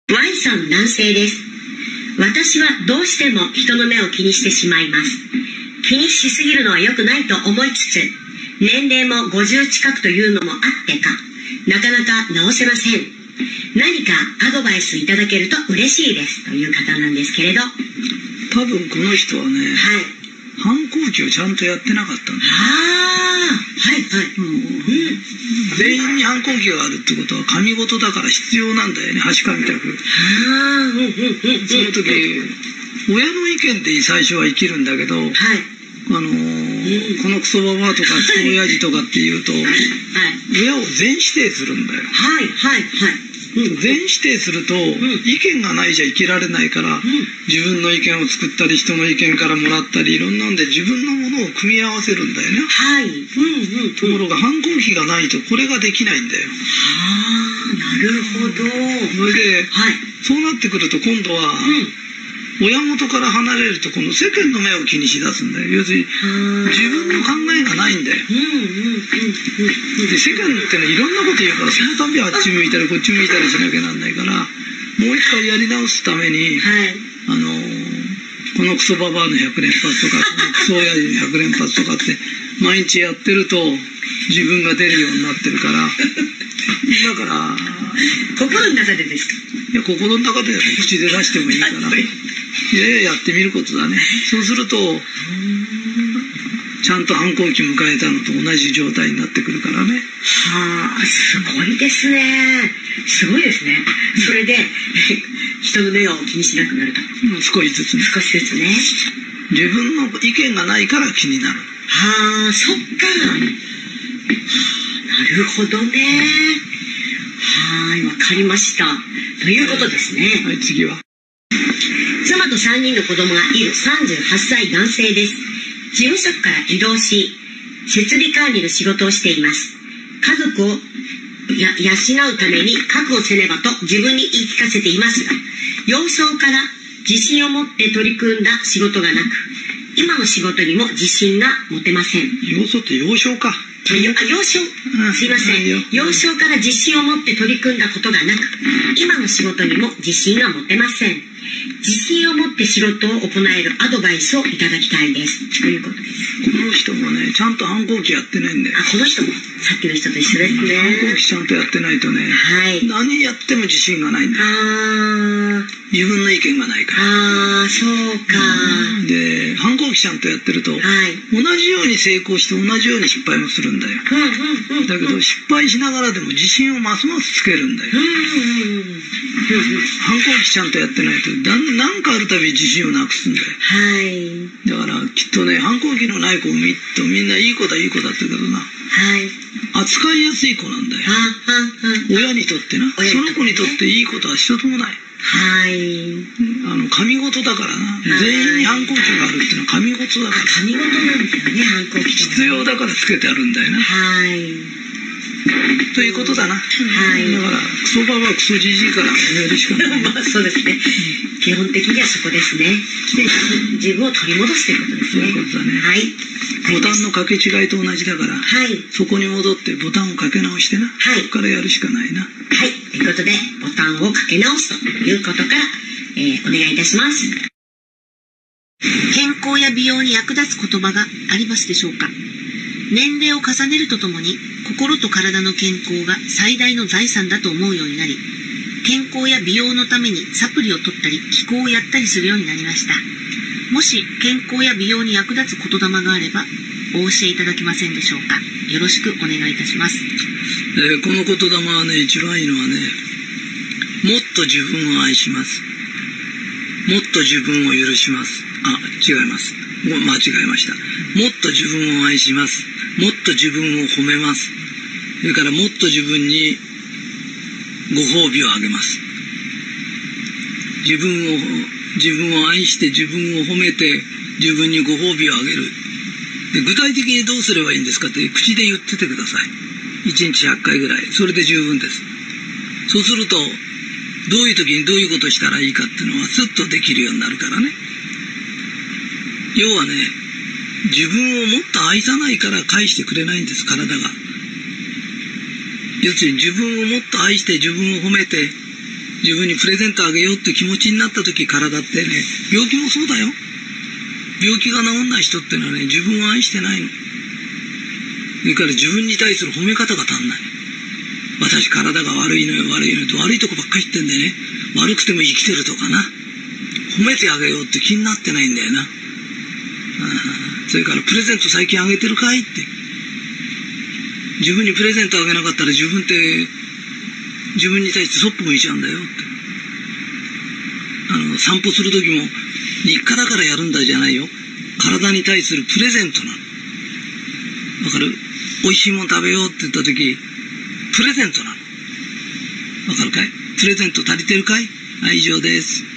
Y さん、男性です。私はどうしても人の目を気にしてしまいます。気にしすぎるのは良くないと思いつつ、年齢も50近くというのもあってか、なかなか直せません。何かアドバイスいただけると嬉しいですという方なんですけれど。 多分この人はね、 はい。 反抗期をちゃんとやってなかったんだ。 はいはい。 全員に反抗期があるってことは神事だから必要なんだよね、はしかみたく。その時親の意見で最初は生きるんだけど、はい、このクソババアとかクソ親父とかっていうと、はい、親を全否定するんだよ。 はいはいはい。 全否定すると、意見がないじゃ生きられないから、自分の意見を作ったり人の意見からもらったりいろんなんで自分のものを組み合わせるんだよね。 はい。 ところが反抗期がないとこれができないんだよ。 なるほど。 それで、はい、そうなってくると今度は、親元から離れるとこの世間の目を気にしだすんだよ。要するに自分の考えがないんだよ。で世間ってねいろんなこと言うからそのたびあっち向いたりこっち向いたりしなきゃなんないから、もう一回やり直すために、はい、このクソババアの100連発とかこのクソ親父の100連発とかって毎日やってると自分が出るようになってるからだから心の中でですか？ いや心の中で口で出してもいいからやってみることだね。そうするとちゃんと反抗期迎えたのと同じ状態になってくるからね。 はあ、すごいですね。すごいですね。それで人の目を気にしなくなると。 少しずつね。 少しずつね。 自分の意見がないから気になる。 はあ、そっか。なるほどね。はい、わかりました。ということですね。 はい、次は。 妻と3人の子供がいる38歳男性です。事務職から移動し、設備管理の仕事をしています。家族を養うために覚悟せねばと自分に言い聞かせていますが、幼少から自信を持って取り組んだ仕事がなく、今の仕事にも自信が持てません。 幼少って幼少か。 幼少、すいません。幼少から自信を持って取り組んだことがなく、今の仕事にも自信が持てません。自信を持って仕事を行えるアドバイスをいただきたいです。ということです。 この人もね、ちゃんと反抗期やってないんだよ。 この人もさっきの人と一緒ですね。 反抗期ちゃんとやってないとね、はい、何やっても自信がないんだよ。自分の意見がないから。 そうか。 で、反抗期ちゃんとやってると、はい、同じように成功して同じように失敗もするんだよ。だけど失敗しながらでも自信をますますつけるんだよ。反抗期ちゃんとやってないと何かあるたび自信をなくすんだよ。はい。だからきっとね、反抗期のない子を見るとみんないい子だいい子だって言うけどな、はい、扱いやすい子なんだよ。親にとってな、その子にとっていいことは一つもない。はい。神事だからな。全員に反抗期があるっていうのは神事だから。 神事なんですよね、反抗期。 必要だからつけてあるんだよな。はい。ということだな。はい。だからクソババアクソじじいからやるしかない。 まあそうですね。基本的にはそこですね。で、自分を取り戻すということですね。 そういうことだね。 はい。 ボタンの掛け違いと同じだから、はい、そこに戻ってボタンをかけ直してな、はい、そこからやるしかないな。はい、 ということでボタンをかけ直すということから、お願いいたします。健康や美容に役立つ言葉がありますでしょうか。年齢を重ねるとともに心と体の健康が最大の財産だと思うようになり、健康や美容のためにサプリを取ったり気候をやったりするようになりました。もし健康や美容に役立つ言霊があればお教えいただけませんでしょうか。よろしくお願いいたします。 この言霊はね、一番いいのはね、もっと自分を愛します。もっと自分を許します。違います。間違えました。もっと自分を愛します。もっと自分を褒めます。それからもっと自分にご褒美をあげます。自分を愛して自分を褒めて自分にご褒美をあげる。で、具体的にどうすればいいんですかって口で言っててください。1日100回ぐらい。それで十分です。そうするとどういう時にどういうことをしたらいいかっていうのはスッとできるようになるからね。要はね、自分をもっと愛さないから返してくれないんです、体が。要するに自分をもっと愛して自分を褒めて自分にプレゼントあげようって気持ちになった時、体ってね、病気もそうだよ。病気が治んない人ってのはね、自分を愛してないの。それから自分に対する褒め方が足んない。私体が悪いのよ悪いのよと悪いとこばっかり言ってんでね、悪くても生きてるとかな、褒めてあげようって気になってないんだよな。それからプレゼント最近あげてるかいって。自分にプレゼントあげなかったら自分に対してそっぽ向いちゃうんだよって。散歩する時も日課だからやるんだじゃないよ。体に対するプレゼントなの。わかる？美味しいもん食べようって言った時、プレゼントなの。わかるかい？プレゼント足りてるかい？はい、以上です。